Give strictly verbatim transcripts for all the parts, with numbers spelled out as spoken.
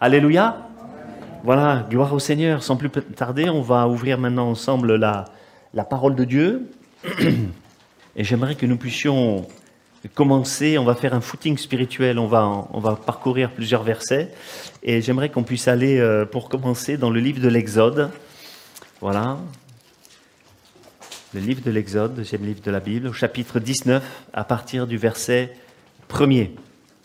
Alléluia. Voilà, gloire au Seigneur. Sans plus tarder, on va ouvrir maintenant ensemble la, la parole de Dieu. Et j'aimerais que nous puissions commencer, on va faire un footing spirituel, on va, on va parcourir plusieurs versets. Et j'aimerais qu'on puisse aller, euh, pour commencer, dans le livre de l'Exode. Voilà. Le livre de l'Exode, deuxième livre de la Bible, au chapitre dix-neuf, à partir du verset premier.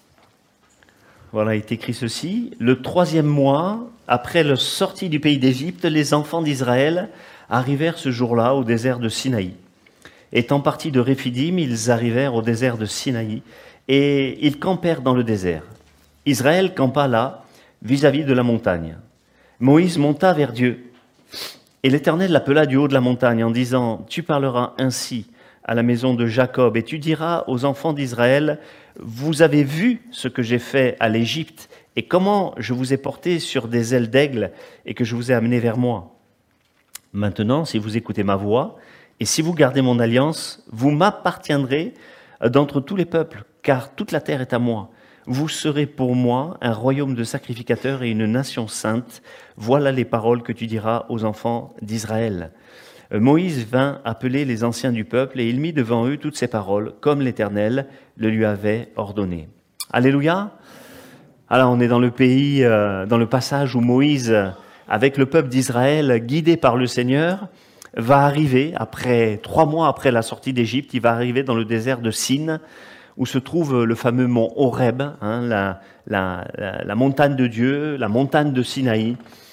Voilà, il est écrit ceci. Le troisième mois, après leur sortie du pays d'Égypte, les enfants d'Israël arrivèrent ce jour-là au désert de Sinaï. Étant partis de Réphidim, ils arrivèrent au désert de Sinaï et ils campèrent dans le désert. Israël campa là, vis-à-vis de la montagne. Moïse monta vers Dieu. Et l'Éternel l'appela du haut de la montagne en disant « Tu parleras ainsi à la maison de Jacob et tu diras aux enfants d'Israël « Vous avez vu ce que j'ai fait à l'Égypte et comment je vous ai porté sur des ailes d'aigle et que je vous ai amené vers moi. Maintenant, si vous écoutez ma voix et si vous gardez mon alliance, vous m'appartiendrez d'entre tous les peuples, car toute la terre est à moi. Vous serez pour moi un royaume de sacrificateurs et une nation sainte. Voilà les paroles que tu diras aux enfants d'Israël. » Moïse vint appeler les anciens du peuple et il mit devant eux toutes ces paroles, comme l'Éternel le lui avait ordonné. Alléluia. Alors on est dans le pays, euh, dans le passage où Moïse, avec le peuple d'Israël, guidé par le Seigneur, va arriver, après trois mois après la sortie d'Égypte, il va arriver dans le désert de Sin, où se trouve le fameux mont Horeb, hein, la, la, la, la montagne de Dieu, la montagne de Sinaï.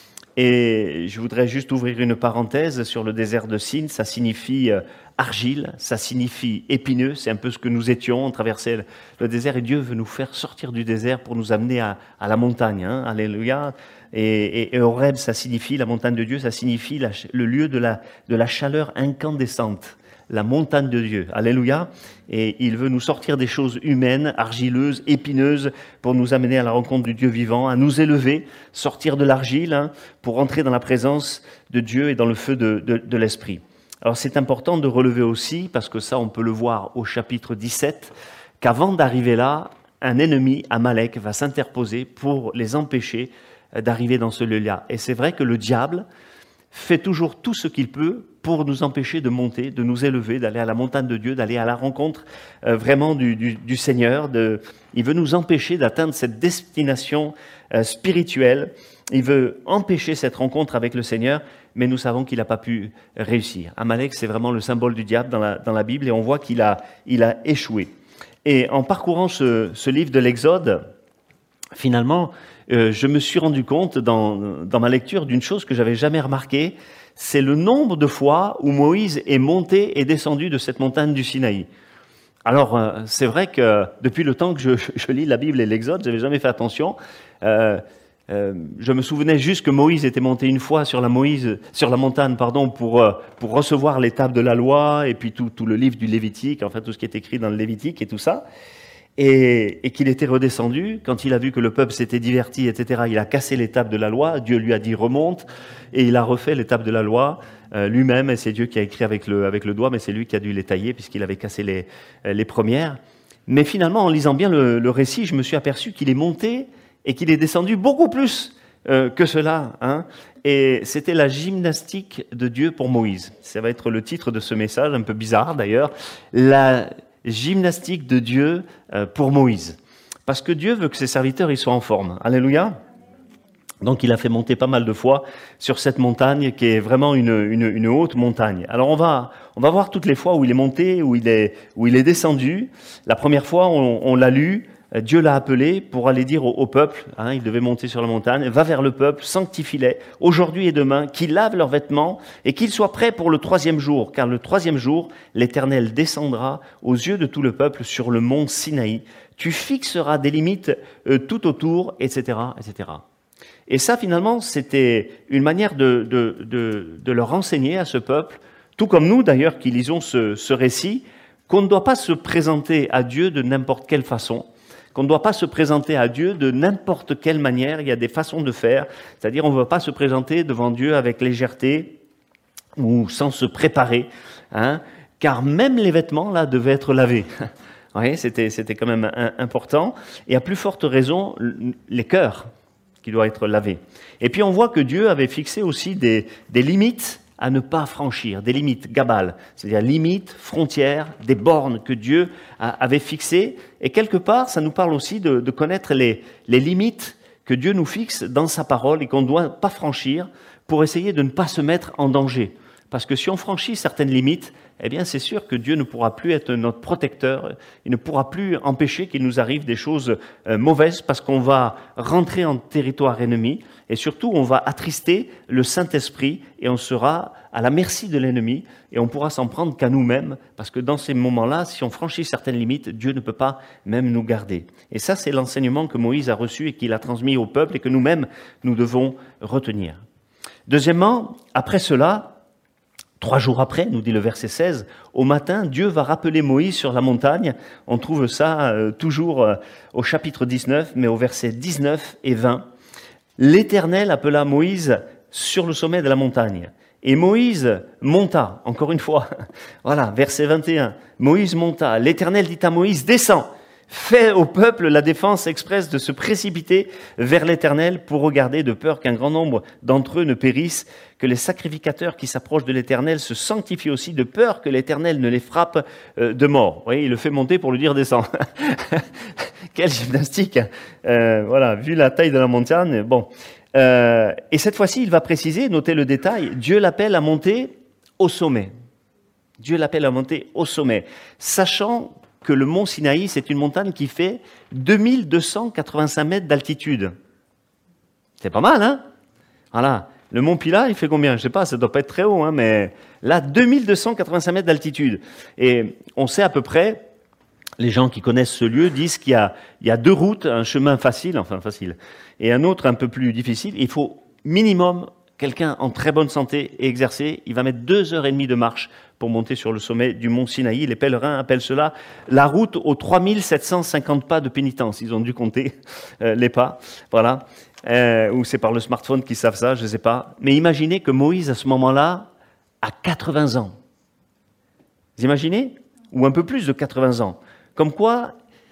Et je voudrais juste ouvrir une parenthèse sur le désert de Sin. Ça signifie argile, ça signifie épineux. C'est un peu ce que nous étions. On traversait le désert et Dieu veut nous faire sortir du désert pour nous amener à, à la montagne. Hein. Alléluia. Et, et, et Horeb, ça signifie, la montagne de Dieu, ça signifie la, le lieu de la, de la chaleur incandescente. La montagne de Dieu. Alléluia. Et il veut nous sortir des choses humaines, argileuses, épineuses, pour nous amener à la rencontre du Dieu vivant, à nous élever, sortir de l'argile, hein, pour entrer dans la présence de Dieu et dans le feu de, de, de l'Esprit. Alors c'est important de relever aussi, parce que ça on peut le voir au chapitre dix-sept, qu'avant d'arriver là, un ennemi, Amalek, va s'interposer pour les empêcher d'arriver dans ce lieu-là. Et c'est vrai que le diable fait toujours tout ce qu'il peut pour nous empêcher de monter, de nous élever, d'aller à la montagne de Dieu, d'aller à la rencontre euh, vraiment du, du, du Seigneur. De... Il veut nous empêcher d'atteindre cette destination euh, spirituelle. Il veut empêcher cette rencontre avec le Seigneur, mais nous savons qu'il n'a pas pu réussir. Amalek, c'est vraiment le symbole du diable dans la, dans la Bible, et on voit qu'il a, il a échoué. Et en parcourant ce, ce livre de l'Exode, finalement, euh, je me suis rendu compte dans, dans ma lecture d'une chose que j'avais jamais remarquée, c'est le nombre de fois où Moïse est monté et descendu de cette montagne du Sinaï. Alors, euh, c'est vrai que depuis le temps que je, je lis la Bible et l'Exode, je n'avais jamais fait attention. Euh, euh, je me souvenais juste que Moïse était monté une fois sur la, Moïse, sur la montagne pardon, pour, euh, pour recevoir les tables de la loi et puis tout, tout le livre du Lévitique, enfin tout ce qui est écrit dans le Lévitique et tout ça. Et, et qu'il était redescendu, quand il a vu que le peuple s'était diverti, et cetera, il a cassé les tables de la loi, Dieu lui a dit remonte, et il a refait les tables de la loi euh, lui-même, et c'est Dieu qui a écrit avec le, avec le doigt, mais c'est lui qui a dû les tailler, puisqu'il avait cassé les, les premières. Mais finalement, en lisant bien le, le récit, je me suis aperçu qu'il est monté et qu'il est descendu beaucoup plus euh, que cela. Hein. Et c'était la gymnastique de Dieu pour Moïse. Ça va être le titre de ce message, un peu bizarre d'ailleurs. La gymnastique de Dieu pour Moïse. Parce que Dieu veut que ses serviteurs ils soient en forme. Alléluia. Donc il a fait monter pas mal de fois sur cette montagne qui est vraiment une, une, une haute montagne. Alors on va, on va voir toutes les fois où il est monté, où il est, où il est descendu. La première fois, on, on l'a lu, Dieu l'a appelé pour aller dire au, au peuple, hein, il devait monter sur la montagne, va vers le peuple, sanctifie-les, aujourd'hui et demain, qu'ils lavent leurs vêtements et qu'ils soient prêts pour le troisième jour, car le troisième jour, l'Éternel descendra aux yeux de tout le peuple sur le mont Sinaï. Tu fixeras des limites euh, tout autour, et cetera, et cetera. Et ça, finalement, c'était une manière de, de, de, de leur enseigner à ce peuple, tout comme nous d'ailleurs qui lisons ce, ce récit, qu'on ne doit pas se présenter à Dieu de n'importe quelle façon, qu'on ne doit pas se présenter à Dieu de n'importe quelle manière. Il y a des façons de faire, c'est-à-dire on ne va pas se présenter devant Dieu avec légèreté ou sans se préparer, hein, car même les vêtements là devaient être lavés. Oui, c'était, c'était quand même important. Et à plus forte raison, les cœurs qui doit être lavé. Et puis on voit que Dieu avait fixé aussi des, des limites à ne pas franchir, des limites gabal, c'est-à-dire limites, frontières, des bornes que Dieu a, avait fixées. Et quelque part, ça nous parle aussi de, de connaître les, les limites que Dieu nous fixe dans sa parole et qu'on ne doit pas franchir pour essayer de ne pas se mettre en danger. Parce que si on franchit certaines limites, eh bien c'est sûr que Dieu ne pourra plus être notre protecteur, il ne pourra plus empêcher qu'il nous arrive des choses euh, mauvaises parce qu'on va rentrer en territoire ennemi et surtout on va attrister le Saint-Esprit et on sera à la merci de l'ennemi et on pourra s'en prendre qu'à nous-mêmes parce que dans ces moments-là, si on franchit certaines limites, Dieu ne peut pas même nous garder. Et ça, c'est l'enseignement que Moïse a reçu et qu'il a transmis au peuple et que nous-mêmes, nous devons retenir. Deuxièmement, après cela, trois jours après, nous dit le verset seize, au matin, Dieu va rappeler Moïse sur la montagne. On trouve ça euh, toujours euh, au chapitre dix-neuf, mais au verset dix-neuf et vingt. L'Éternel appela Moïse sur le sommet de la montagne. Et Moïse monta, encore une fois, voilà, verset vingt et un. Moïse monta, l'Éternel dit à Moïse, descends, fais au peuple la défense expresse de se précipiter vers l'Éternel pour regarder de peur qu'un grand nombre d'entre eux ne périssent, que les sacrificateurs qui s'approchent de l'Éternel se sanctifient aussi de peur que l'Éternel ne les frappe de mort. Vous voyez, il le fait monter pour lui dire descends. Quelle gymnastique, euh, voilà, vu la taille de la montagne, bon. Euh, et cette fois-ci, il va préciser, notez le détail, Dieu l'appelle à monter au sommet. Dieu l'appelle à monter au sommet, sachant que le mont Sinaï, c'est une montagne qui fait deux mille deux cent quatre-vingt-cinq mètres d'altitude. C'est pas mal, hein? Voilà. Le mont Pilat, il fait combien? Je ne sais pas, ça ne doit pas être très haut, hein, mais là, deux mille deux cent quatre-vingt-cinq mètres d'altitude. Et on sait à peu près, les gens qui connaissent ce lieu disent qu'il y a, il y a deux routes, un chemin facile, enfin facile, et un autre un peu plus difficile. Il faut minimum quelqu'un en très bonne santé et exercé, il va mettre deux heures et demie de marche pour monter sur le sommet du mont Sinaï. Les pèlerins appellent cela la route aux trois mille sept cent cinquante pas de pénitence. Ils ont dû compter euh, les pas, voilà. Euh, ou c'est par le smartphone qu'ils savent ça, je ne sais pas. Mais imaginez que Moïse, à ce moment-là, a quatre-vingts ans. Vous imaginez? Ou un peu plus de quatre-vingts ans. Comme quoi,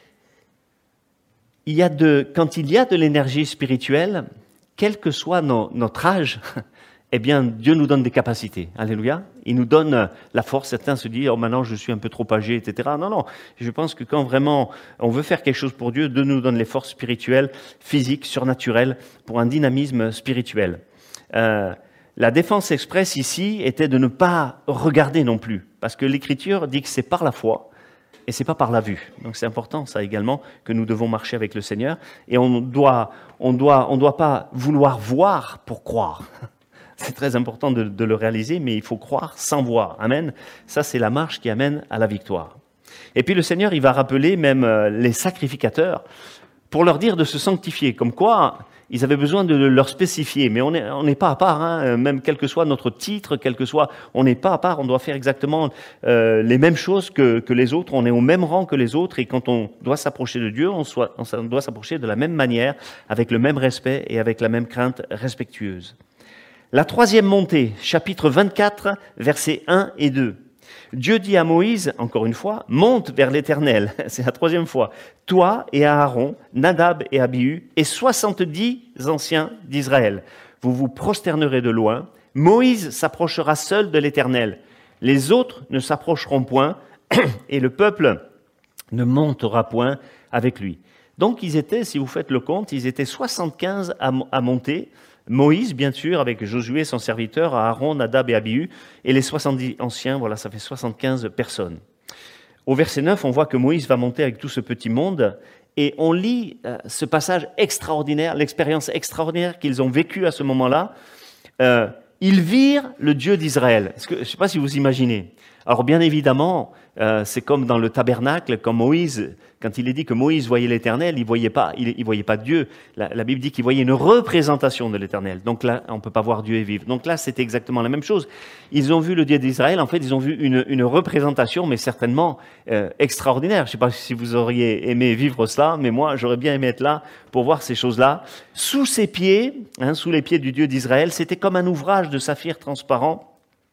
il y a de, quand il y a de l'énergie spirituelle, quel que soit nos, notre âge, eh bien, Dieu nous donne des capacités. Alléluia. Il nous donne la force. Certains se disent, oh, maintenant, je suis un peu trop âgé, et cetera. Non, non. Je pense que quand vraiment on veut faire quelque chose pour Dieu, Dieu nous donne les forces spirituelles, physiques, surnaturelles, pour un dynamisme spirituel. Euh, la défense express ici était de ne pas regarder non plus, parce que l'Écriture dit que c'est par la foi, et c'est pas par la vue. Donc c'est important, ça également, que nous devons marcher avec le Seigneur. Et on doit, on doit, on doit pas vouloir voir pour croire. C'est très important de, de le réaliser, mais il faut croire sans voir. Amen. Ça, c'est la marche qui amène à la victoire. Et puis le Seigneur, il va rappeler même les sacrificateurs pour leur dire de se sanctifier. Comme quoi, ils avaient besoin de leur spécifier. Mais on n'est on n'est pas à part, hein, même quel que soit notre titre, quel que soit, on n'est pas à part. On doit faire exactement euh, les mêmes choses que, que les autres. On est au même rang que les autres. Et quand on doit s'approcher de Dieu, on, soit, on doit s'approcher de la même manière, avec le même respect et avec la même crainte respectueuse. La troisième montée, chapitre vingt-quatre, versets un et deux. Dieu dit à Moïse, encore une fois, monte vers l'Éternel. C'est la troisième fois. Toi et Aaron, Nadab et Abihu, et soixante-dix anciens d'Israël. Vous vous prosternerez de loin. Moïse s'approchera seul de l'Éternel. Les autres ne s'approcheront point, et le peuple ne montera point avec lui. Donc ils étaient, si vous faites le compte, ils étaient soixante-quinze à, à monter. Moïse, bien sûr, avec Josué, son serviteur, Aaron, Nadab et Abihu, et les soixante-dix anciens, voilà, ça fait soixante-quinze personnes. Au verset neuf, on voit que Moïse va monter avec tout ce petit monde, et on lit euh, ce passage extraordinaire, l'expérience extraordinaire qu'ils ont vécue à ce moment-là. Euh, ils virent le Dieu d'Israël. Est-ce que, je ne sais pas si vous imaginez. Alors bien évidemment, euh, c'est comme dans le tabernacle, quand Moïse, quand il est dit que Moïse voyait l'Éternel, il voyait pas, il, il voyait pas Dieu. La, la Bible dit qu'il voyait une représentation de l'Éternel. Donc là, on peut pas voir Dieu et vivre. Donc là, c'était exactement la même chose. Ils ont vu le Dieu d'Israël. En fait, ils ont vu une, une représentation, mais certainement euh, extraordinaire. Je sais pas si vous auriez aimé vivre cela, mais moi, j'aurais bien aimé être là pour voir ces choses-là. Sous ses pieds, hein, sous les pieds du Dieu d'Israël, c'était comme un ouvrage de saphir transparent.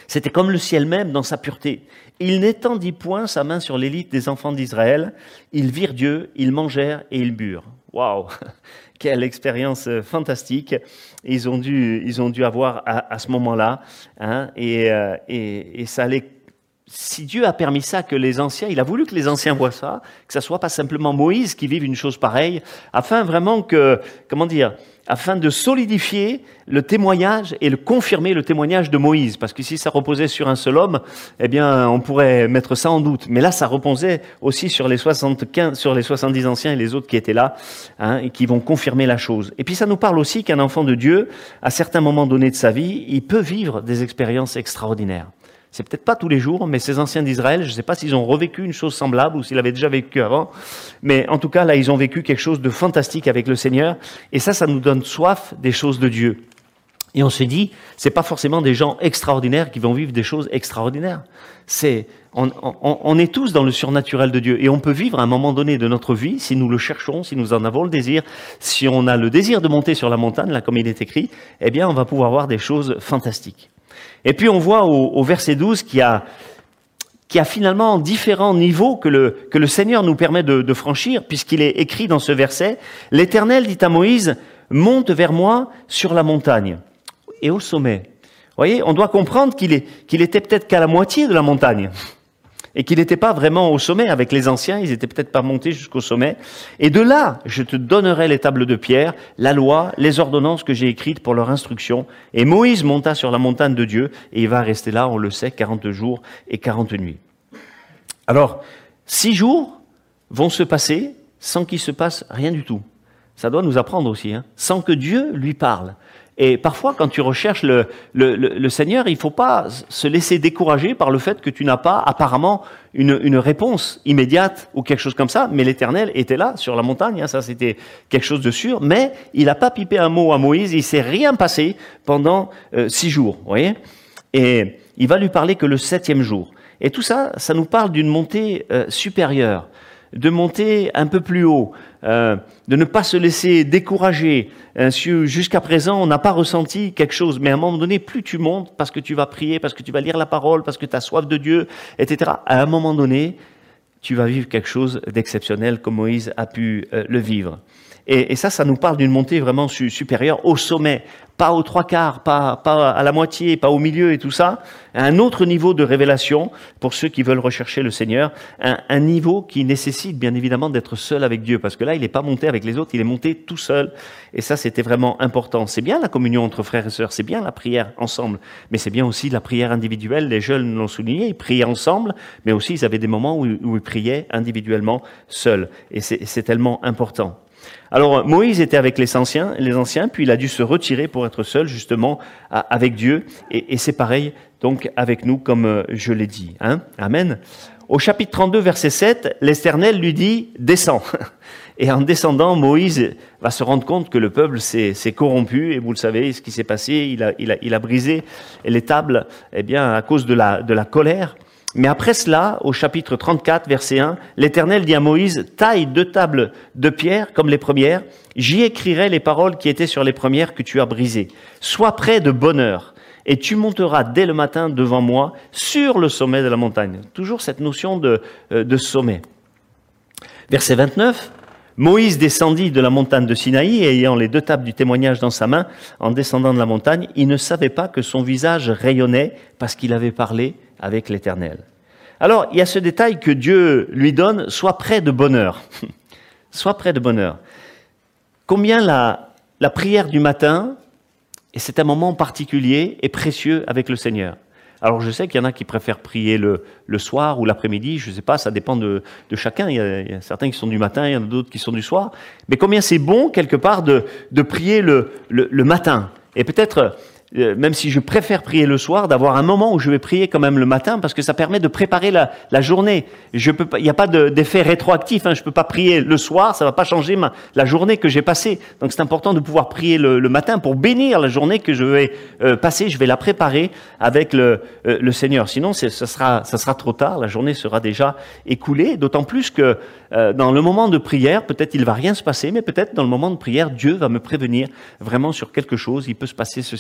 C'était comme le ciel même dans sa pureté. Il n'étendit point sa main sur l'élite des enfants d'Israël. Ils virent Dieu, ils mangèrent et ils burent. Waouh! Quelle expérience fantastique ils ont dû, ils ont dû avoir à, à ce moment-là. Hein, et, euh, et, et ça allait... Si Dieu a permis ça, que les anciens, il a voulu que les anciens voient ça, que ça soit pas simplement Moïse qui vive une chose pareille, afin vraiment que, comment dire, afin de solidifier le témoignage et le confirmer le témoignage de Moïse. Parce que si ça reposait sur un seul homme, eh bien, on pourrait mettre ça en doute. Mais là, ça reposait aussi sur les soixante-quinze, sur les soixante-dix anciens et les autres qui étaient là, hein, et qui vont confirmer la chose. Et puis, ça nous parle aussi qu'un enfant de Dieu, à certains moments donnés de sa vie, il peut vivre des expériences extraordinaires. C'est peut-être pas tous les jours, mais ces anciens d'Israël, je ne sais pas s'ils ont revécu une chose semblable ou s'ils avaient déjà vécu avant, mais en tout cas, là, ils ont vécu quelque chose de fantastique avec le Seigneur, et ça, ça nous donne soif des choses de Dieu. Et on se dit, c'est pas forcément des gens extraordinaires qui vont vivre des choses extraordinaires. C'est, on, on, on est tous dans le surnaturel de Dieu, et on peut vivre à un moment donné de notre vie, si nous le cherchons, si nous en avons le désir, si on a le désir de monter sur la montagne, là, comme il est écrit, eh bien, on va pouvoir voir des choses fantastiques. Et puis on voit au, au verset douze qu'il y a, qu'il y a finalement différents niveaux que le, que le Seigneur nous permet de, de franchir, puisqu'il est écrit dans ce verset, « L'Éternel dit à Moïse, monte vers moi sur la montagne et au sommet. » Vous voyez, on doit comprendre qu'il est, qu'il était peut-être qu'à la moitié de la montagne et qu'il n'était pas vraiment au sommet avec les anciens, ils n'étaient peut-être pas montés jusqu'au sommet. Et de là, je te donnerai les tables de pierre, la loi, les ordonnances que j'ai écrites pour leur instruction. Et Moïse monta sur la montagne de Dieu, et il va rester là, on le sait, quarante jours et quarante nuits. Alors, six jours vont se passer sans qu'il se passe rien du tout. Ça doit nous apprendre aussi, hein, sans que Dieu lui parle. Et parfois, quand tu recherches le, le, le, le Seigneur, il ne faut pas se laisser décourager par le fait que tu n'as pas apparemment une, une réponse immédiate ou quelque chose comme ça. Mais l'Éternel était là, sur la montagne, hein, ça c'était quelque chose de sûr. Mais il n'a pas pipé un mot à Moïse, il ne s'est rien passé pendant euh, six jours. Vous voyez ? Et il va lui parler que le septième jour. Et tout ça, ça nous parle d'une montée euh, supérieure, de monter un peu plus haut, euh, de ne pas se laisser décourager. Euh, jusqu'à présent, on n'a pas ressenti quelque chose, mais à un moment donné, plus tu montes, parce que tu vas prier, parce que tu vas lire la parole, parce que tu as soif de Dieu, et cetera, à un moment donné, tu vas vivre quelque chose d'exceptionnel, comme Moïse a pu euh, le vivre. Et, et ça, ça nous parle d'une montée vraiment su, supérieure au sommet, pas aux trois quarts, pas, pas à la moitié, pas au milieu et tout ça. Un autre niveau de révélation pour ceux qui veulent rechercher le Seigneur, un, un niveau qui nécessite bien évidemment d'être seul avec Dieu, parce que là, il n'est pas monté avec les autres, il est monté tout seul. Et ça, c'était vraiment important. C'est bien la communion entre frères et sœurs, c'est bien la prière ensemble, mais c'est bien aussi la prière individuelle. Les jeunes l'ont souligné, ils priaient ensemble, mais aussi ils avaient des moments où, où ils priaient individuellement seuls. Et c'est, c'est tellement important. Alors Moïse était avec les anciens, les anciens, puis il a dû se retirer pour être seul justement avec Dieu, et, et c'est pareil donc avec nous comme je l'ai dit. Hein. Amen. Au chapitre trente-deux, verset sept, l'Éternel lui dit « Descends ». Et en descendant, Moïse va se rendre compte que le peuple s'est, s'est corrompu, et vous le savez, ce qui s'est passé, il a, il a, il a brisé les tables eh bien, à cause de la, de la colère. Mais après cela, au chapitre trente-quatre, verset un, l'Éternel dit à Moïse, « Taille deux tables de pierre comme les premières, j'y écrirai les paroles qui étaient sur les premières que tu as brisées. Sois prêt de bonne heure, et tu monteras dès le matin devant moi sur le sommet de la montagne. » Toujours cette notion de, de sommet. Verset vingt-neuf, Moïse descendit de la montagne de Sinaï, et ayant les deux tables du témoignage dans sa main, en descendant de la montagne, il ne savait pas que son visage rayonnait parce qu'il avait parlé avec l'Éternel. Alors, il y a ce détail que Dieu lui donne, sois prêt de bonne heure. Sois prêt de bonne heure. Combien la, la prière du matin, et c'est un moment particulier et précieux avec le Seigneur. Alors, je sais qu'il y en a qui préfèrent prier le, le soir ou l'après-midi, je ne sais pas, ça dépend de, de chacun. Il y, a, il y a certains qui sont du matin, il y en a d'autres qui sont du soir. Mais combien c'est bon, quelque part, de, de prier le, le, le matin. Et peut-être, euh, même si je préfère prier le soir, d'avoir un moment où je vais prier quand même le matin, parce que ça permet de préparer la, la journée. Je peux pas, il n'y a pas de, d'effet rétroactif, hein, je ne peux pas prier le soir, ça ne va pas changer ma, la journée que j'ai passée. Donc c'est important de pouvoir prier le, le matin pour bénir la journée que je vais euh, passer, je vais la préparer avec le, euh, le Seigneur. Sinon, c'est, ça, sera, ça sera trop tard, la journée sera déjà écoulée, d'autant plus que euh, dans le moment de prière, peut-être il ne va rien se passer, mais peut-être dans le moment de prière, Dieu va me prévenir vraiment sur quelque chose, il peut se passer ceci ou cela.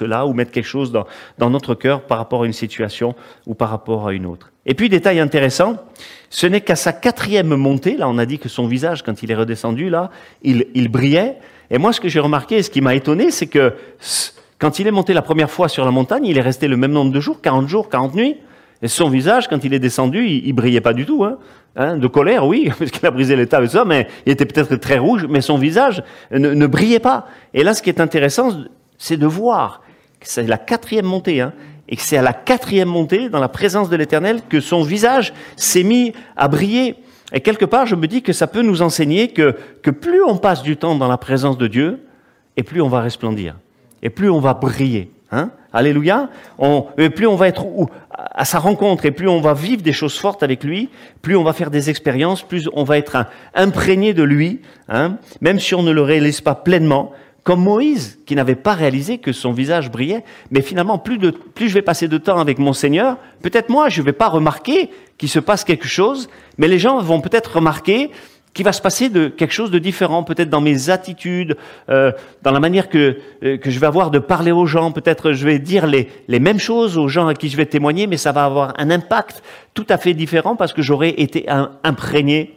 cela ou mettre quelque chose dans, dans notre cœur par rapport à une situation ou par rapport à une autre. Et puis, détail intéressant, ce n'est qu'à sa quatrième montée, là on a dit que son visage, quand il est redescendu, là, il, il brillait. Et moi, ce que j'ai remarqué, ce qui m'a étonné, c'est que quand il est monté la première fois sur la montagne, il est resté le même nombre de jours, quarante jours, quarante nuits. Et son visage, quand il est descendu, il, il brillait pas du tout. Hein. Hein, de colère, oui, parce qu'il a brisé l'état et ça, mais il était peut-être très rouge, mais son visage ne, ne brillait pas. Et là, ce qui est intéressant, c'est de voir que c'est la quatrième montée, hein, et que c'est à la quatrième montée, dans la présence de l'Éternel, que son visage s'est mis à briller. Et quelque part, je me dis que ça peut nous enseigner que, que plus on passe du temps dans la présence de Dieu, et plus on va resplendir, et plus on va briller. Hein? Alléluia. On, et plus on va être à sa rencontre et plus on va vivre des choses fortes avec lui, plus on va faire des expériences, plus on va être un, imprégné de lui, hein? Même si on ne le réalise pas pleinement, comme Moïse, qui n'avait pas réalisé que son visage brillait. Mais finalement, plus, de, plus je vais passer de temps avec mon Seigneur, peut-être moi, je ne vais pas remarquer qu'il se passe quelque chose, mais les gens vont peut-être remarquer qu'il va se passer de quelque chose de différent, peut-être dans mes attitudes, euh, dans la manière que, euh, que je vais avoir de parler aux gens. Peut-être je vais dire les, les mêmes choses aux gens à qui je vais témoigner, mais ça va avoir un impact tout à fait différent parce que j'aurai été un, imprégné.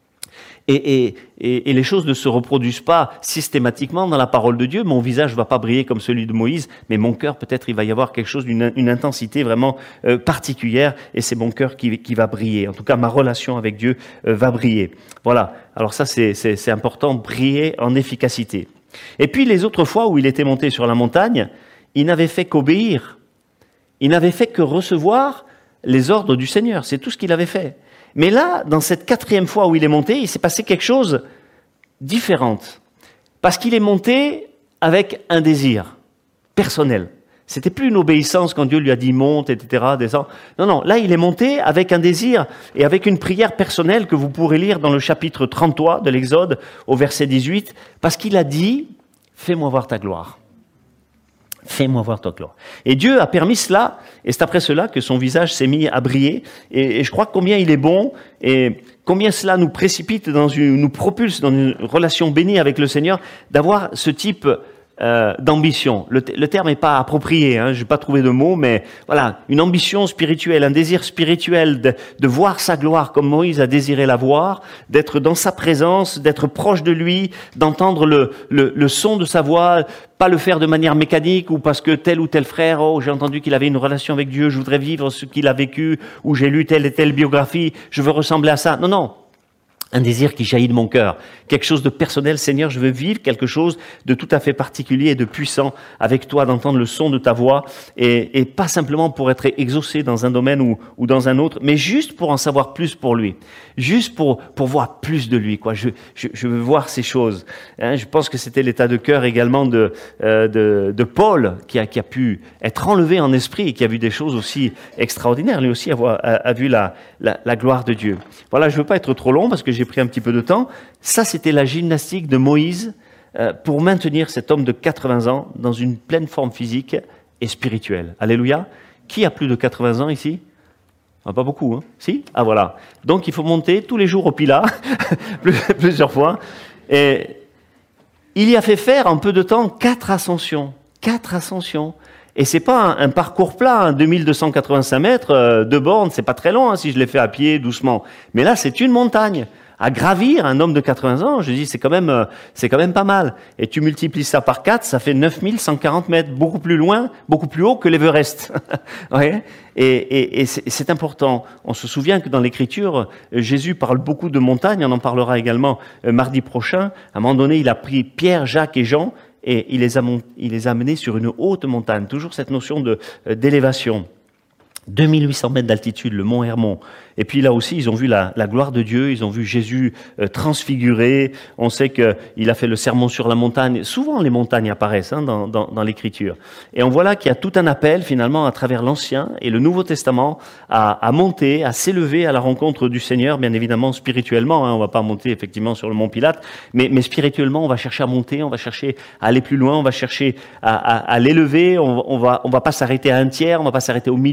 Et, et, et, et les choses ne se reproduisent pas systématiquement dans la parole de Dieu. Mon visage ne va pas briller comme celui de Moïse, mais mon cœur, peut-être, il va y avoir quelque chose d'une une intensité vraiment euh, particulière, et c'est mon cœur qui, qui va briller. En tout cas, ma relation avec Dieu euh, va briller. Voilà. Alors ça, c'est, c'est, c'est important, briller en efficacité. Et puis, les autres fois où il était monté sur la montagne, il n'avait fait qu'obéir. Il n'avait fait que recevoir les ordres du Seigneur. C'est tout ce qu'il avait fait. Mais là, dans cette quatrième fois où il est monté, il s'est passé quelque chose de différent. Parce qu'il est monté avec un désir personnel. C'était plus une obéissance quand Dieu lui a dit monte, et cetera, descend. Non, non, là il est monté avec un désir et avec une prière personnelle que vous pourrez lire dans le chapitre trente-trois de l'Exode au verset dix-huit, parce qu'il a dit « Fais-moi voir ta gloire ». Fais-moi voir ta gloire. Et Dieu a permis cela, et c'est après cela que son visage s'est mis à briller. Et, et je crois combien il est bon, et combien cela nous précipite, dans une, nous propulse dans une relation bénie avec le Seigneur, d'avoir ce type euh, d'ambition. Le, le terme n'est pas approprié, hein, je n'ai pas trouvé de mots, mais voilà, une ambition spirituelle, un désir spirituel de, de voir sa gloire comme Moïse a désiré la voir, d'être dans sa présence, d'être proche de lui, d'entendre le, le, le son de sa voix, pas le faire de manière mécanique ou parce que tel ou tel frère, oh, j'ai entendu qu'il avait une relation avec Dieu, je voudrais vivre ce qu'il a vécu, ou j'ai lu telle et telle biographie, je veux ressembler à ça. Non, non. Un désir qui jaillit de mon cœur, quelque chose de personnel. Seigneur, je veux vivre quelque chose de tout à fait particulier et de puissant avec toi, d'entendre le son de ta voix, et, et pas simplement pour être exaucé dans un domaine ou, ou dans un autre, mais juste pour en savoir plus pour lui, juste pour, pour voir plus de lui, quoi. Je, je, je veux voir ces choses. Hein, je pense que c'était l'état de cœur également de, euh, de, de Paul, qui a, qui a pu être enlevé en esprit et qui a vu des choses aussi extraordinaires, lui aussi avoir, a, a vu la, la, la gloire de Dieu. Voilà, je veux pas être trop long parce que j'ai pris un petit peu de temps. Ça, c'était la gymnastique de Moïse euh, pour maintenir cet homme de quatre-vingts ans dans une pleine forme physique et spirituelle. Alléluia. Qui a plus de quatre-vingts ans ici? Ah, pas beaucoup, hein? Si? Ah, voilà. Donc, il faut monter tous les jours au Pilat, plusieurs fois. Et il y a fait faire en peu de temps quatre ascensions. Quatre ascensions. Et c'est pas un, un parcours plat, hein, deux mille deux cent quatre-vingt-cinq mètres, euh, deux bornes, c'est pas très long hein, si je l'ai fait à pied, doucement. Mais là, c'est une montagne. À gravir, un homme de quatre-vingts ans, je dis, c'est quand même, euh, c'est quand même pas mal. Et tu multiplies ça par quatre, ça fait neuf mille cent quarante mètres, beaucoup plus loin, beaucoup plus haut que l'Everest. Ouais. Et, et, et c'est, c'est important. On se souvient que dans l'Écriture, Jésus parle beaucoup de montagnes, on en parlera également euh, mardi prochain. À un moment donné, il a pris Pierre, Jacques et Jean, et il les a, mont- il les a menés sur une haute montagne. Toujours cette notion de, euh, d'élévation. deux mille huit cents mètres d'altitude, le mont Hermon. Et puis là aussi, ils ont vu la, la gloire de Dieu, ils ont vu Jésus euh, transfiguré. On sait qu'il a fait le sermon sur la montagne. Souvent, les montagnes apparaissent hein, dans, dans, dans l'Écriture. Et on voit là qu'il y a tout un appel, finalement, à travers l'Ancien et le Nouveau Testament, à, à monter, à s'élever à la rencontre du Seigneur, bien évidemment spirituellement. Hein, on ne va pas monter, effectivement, sur le mont Pilate, mais, mais spirituellement, on va chercher à monter, on va chercher à aller plus loin, on va chercher à, à, à l'élever, on, on va, on va pas s'arrêter à un tiers, on va pas s'arrêter au milieu,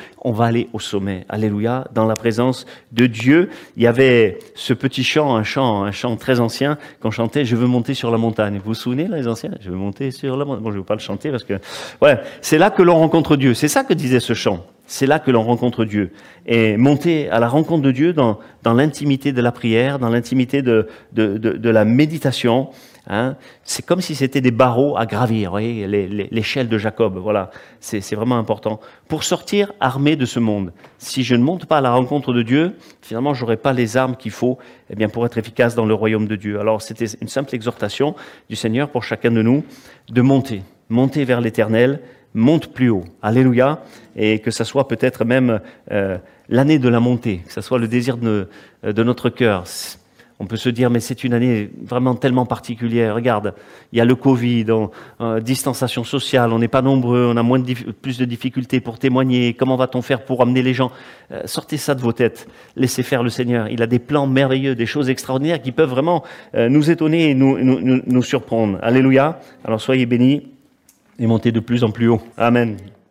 on va aller au sommet. Alléluia, dans la présence de Dieu. Il y avait ce petit chant, un chant, un chant très ancien qu'on chantait, je veux monter sur la montagne. Vous vous souvenez, là, les anciens? Je veux monter sur la montagne. Bon, je ne veux pas le chanter parce que, ouais, c'est là que l'on rencontre Dieu. C'est ça que disait ce chant. C'est là que l'on rencontre Dieu. Et monter à la rencontre de Dieu dans, dans l'intimité de la prière, dans l'intimité de, de, de, de la méditation. Hein, c'est comme si c'était des barreaux à gravir, vous voyez, les, les, l'échelle de Jacob. Voilà, c'est, c'est vraiment important. Pour sortir armé de ce monde, si je ne monte pas à la rencontre de Dieu, finalement, je n'aurai pas les armes qu'il faut eh bien, pour être efficace dans le royaume de Dieu. Alors, c'était une simple exhortation du Seigneur pour chacun de nous de monter, monter vers l'Éternel, monte plus haut. Alléluia. Et que ça soit peut-être même euh, l'année de la montée, que ça soit le désir de, de notre cœur. On peut se dire, mais c'est une année vraiment tellement particulière. Regarde, il y a le Covid, on, euh, distanciation sociale, on n'est pas nombreux, on a moins de dif- plus de difficultés pour témoigner. Comment va-t-on faire pour amener les gens? euh, Sortez ça de vos têtes. Laissez faire le Seigneur. Il a des plans merveilleux, des choses extraordinaires qui peuvent vraiment euh, nous étonner et nous, nous, nous, nous surprendre. Alléluia. Alors soyez bénis et montez de plus en plus haut. Amen.